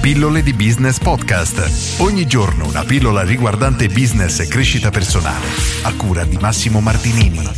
Pillole di Business Podcast. Ogni giorno una pillola riguardante business e crescita personale. A cura di Massimo Martinini.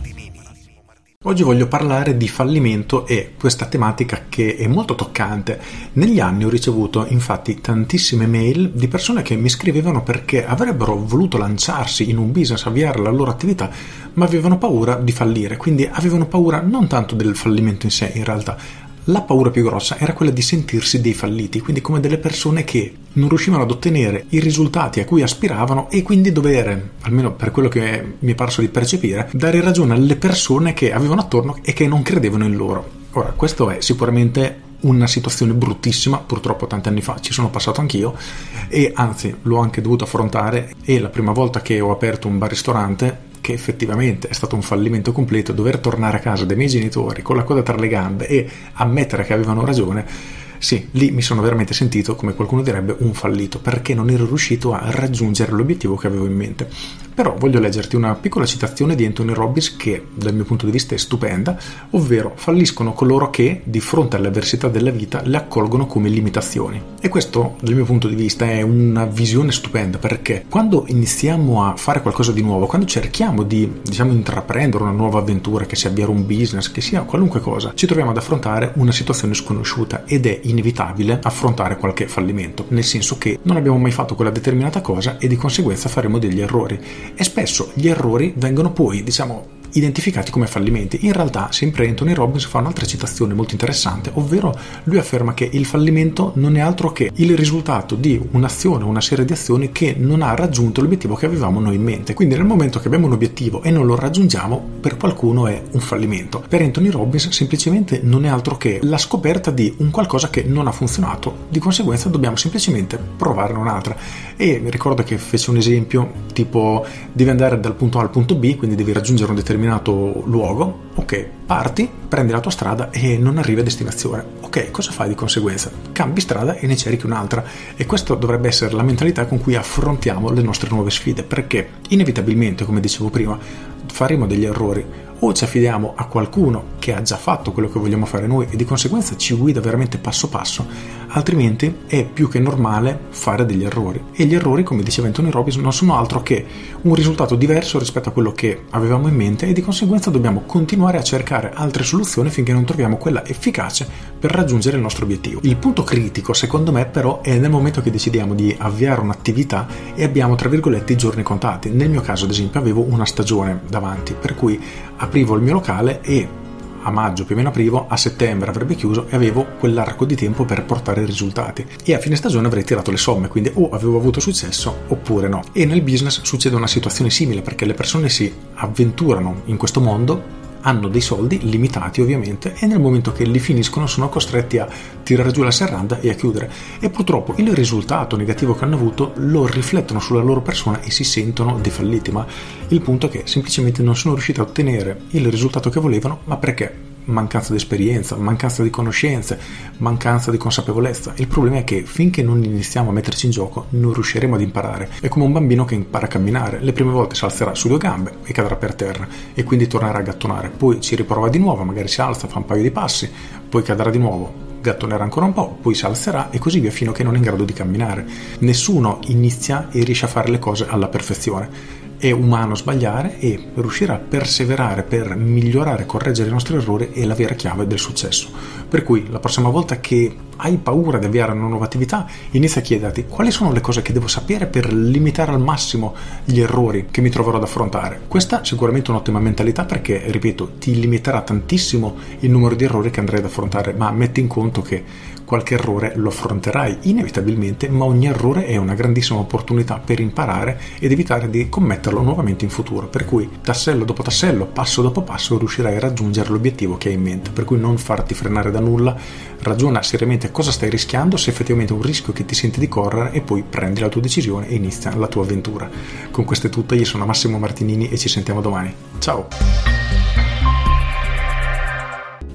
Oggi voglio parlare di fallimento e questa tematica che è molto toccante. Negli anni ho ricevuto infatti tantissime mail di persone che mi scrivevano perché avrebbero voluto lanciarsi in un business, avviare la loro attività, ma avevano paura di fallire, quindi avevano paura non tanto del fallimento in sé in realtà. La paura più grossa era quella di sentirsi dei falliti, quindi come delle persone che non riuscivano ad ottenere i risultati a cui aspiravano e quindi dover, almeno per quello che mi è parso di percepire, dare ragione alle persone che avevano attorno e che non credevano in loro. Ora, questo è sicuramente una situazione bruttissima, purtroppo tanti anni fa ci sono passato anch'io e anzi l'ho anche dovuto affrontare, e la prima volta che ho aperto un bar-ristorante, che effettivamente è stato un fallimento completo, dover tornare a casa dai miei genitori con la coda tra le gambe e ammettere che avevano ragione, sì, lì mi sono veramente sentito, come qualcuno direbbe, un fallito, perché non ero riuscito a raggiungere l'obiettivo che avevo in mente. Però voglio leggerti una piccola citazione di Anthony Robbins che dal mio punto di vista è stupenda, ovvero: falliscono coloro che di fronte alle avversità della vita le accolgono come limitazioni. E questo dal mio punto di vista è una visione stupenda, perché quando iniziamo a fare qualcosa di nuovo, quando cerchiamo di intraprendere una nuova avventura, che sia avviare un business, che sia qualunque cosa, ci troviamo ad affrontare una situazione sconosciuta ed è inevitabile affrontare qualche fallimento, nel senso che non abbiamo mai fatto quella determinata cosa e di conseguenza faremo degli errori. E spesso gli errori vengono poi, identificati come fallimenti. In realtà sempre Anthony Robbins fa un'altra citazione molto interessante, ovvero lui afferma che il fallimento non è altro che il risultato di un'azione, una serie di azioni che non ha raggiunto l'obiettivo che avevamo noi in mente. Quindi nel momento che abbiamo un obiettivo e non lo raggiungiamo, per qualcuno è un fallimento. Per Anthony Robbins semplicemente non è altro che la scoperta di un qualcosa che non ha funzionato, di conseguenza dobbiamo semplicemente provarne un'altra. E mi ricordo che fece un esempio tipo: devi andare dal punto A al punto B, quindi devi raggiungere un determinato luogo, ok, parti, prendi la tua strada e non arrivi a destinazione, ok, cosa fai di conseguenza? Cambi strada e ne cerchi un'altra. E questa dovrebbe essere la mentalità con cui affrontiamo le nostre nuove sfide, perché inevitabilmente, come dicevo prima, faremo degli errori. O ci affidiamo a qualcuno che ha già fatto quello che vogliamo fare noi e di conseguenza ci guida veramente passo passo, altrimenti è più che normale fare degli errori. E gli errori, come diceva Anthony Robbins, non sono altro che un risultato diverso rispetto a quello che avevamo in mente, e di conseguenza dobbiamo continuare a cercare altre soluzioni finché non troviamo quella efficace per raggiungere il nostro obiettivo. Il punto critico, secondo me, però, è nel momento che decidiamo di avviare un'attività e abbiamo, tra virgolette, i giorni contati. Nel mio caso, ad esempio, avevo una stagione davanti, per cui aprivo il mio locale e a maggio più o meno aprivo, a settembre avrebbe chiuso e avevo quell'arco di tempo per portare i risultati, e a fine stagione avrei tirato le somme, quindi o avevo avuto successo oppure no. E nel business succede una situazione simile, perché le persone si avventurano in questo mondo, hanno dei soldi limitati ovviamente, e nel momento che li finiscono sono costretti a tirare giù la serranda e a chiudere, e purtroppo il risultato negativo che hanno avuto lo riflettono sulla loro persona e si sentono dei falliti. Ma il punto è che semplicemente non sono riusciti a ottenere il risultato che volevano, ma perché? Mancanza di esperienza, mancanza di conoscenze, mancanza di consapevolezza. Il problema è che finché non iniziamo a metterci in gioco non riusciremo ad imparare. È come un bambino che impara a camminare: le prime volte si alzerà su due gambe e cadrà per terra e quindi tornerà a gattonare, poi ci riprova di nuovo, magari si alza, fa un paio di passi, poi cadrà di nuovo, gattonerà ancora un po', poi si alzerà e così via fino a che non è in grado di camminare. Nessuno inizia e riesce a fare le cose alla perfezione. È umano sbagliare, e riuscire a perseverare per migliorare, correggere i nostri errori è la vera chiave del successo. Per cui la prossima volta che hai paura di avviare una nuova attività, inizia a chiederti: quali sono le cose che devo sapere per limitare al massimo gli errori che mi troverò ad affrontare. Questa sicuramente è un'ottima mentalità, perché, ripeto, ti limiterà tantissimo il numero di errori che andrai ad affrontare, ma metti in conto che qualche errore lo affronterai inevitabilmente, ma ogni errore è una grandissima opportunità per imparare ed evitare di commetterlo nuovamente in futuro. Per cui tassello dopo tassello, passo dopo passo, riuscirai a raggiungere l'obiettivo che hai in mente. Per cui non farti frenare da nulla, ragiona seriamente cosa stai rischiando, se effettivamente è un rischio che ti senti di correre, e poi prendi la tua decisione e inizia la tua avventura. Con questo è tutto, io sono Massimo Martinini e ci sentiamo domani. Ciao!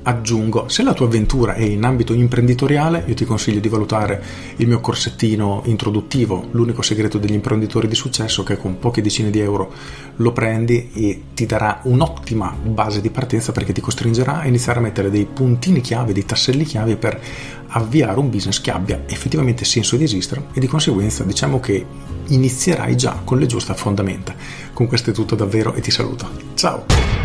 aggiungo, se la tua avventura è in ambito imprenditoriale, io ti consiglio di valutare il mio corsettino introduttivo, l'unico segreto degli imprenditori di successo, che con poche decine di euro lo prendi e ti darà un'ottima base di partenza, perché ti costringerà a iniziare a mettere dei puntini chiave, dei tasselli chiave per avviare un business che abbia effettivamente senso di esistere, e di conseguenza diciamo che inizierai già con le giuste fondamenta. Con questo è tutto davvero e ti saluto. Ciao!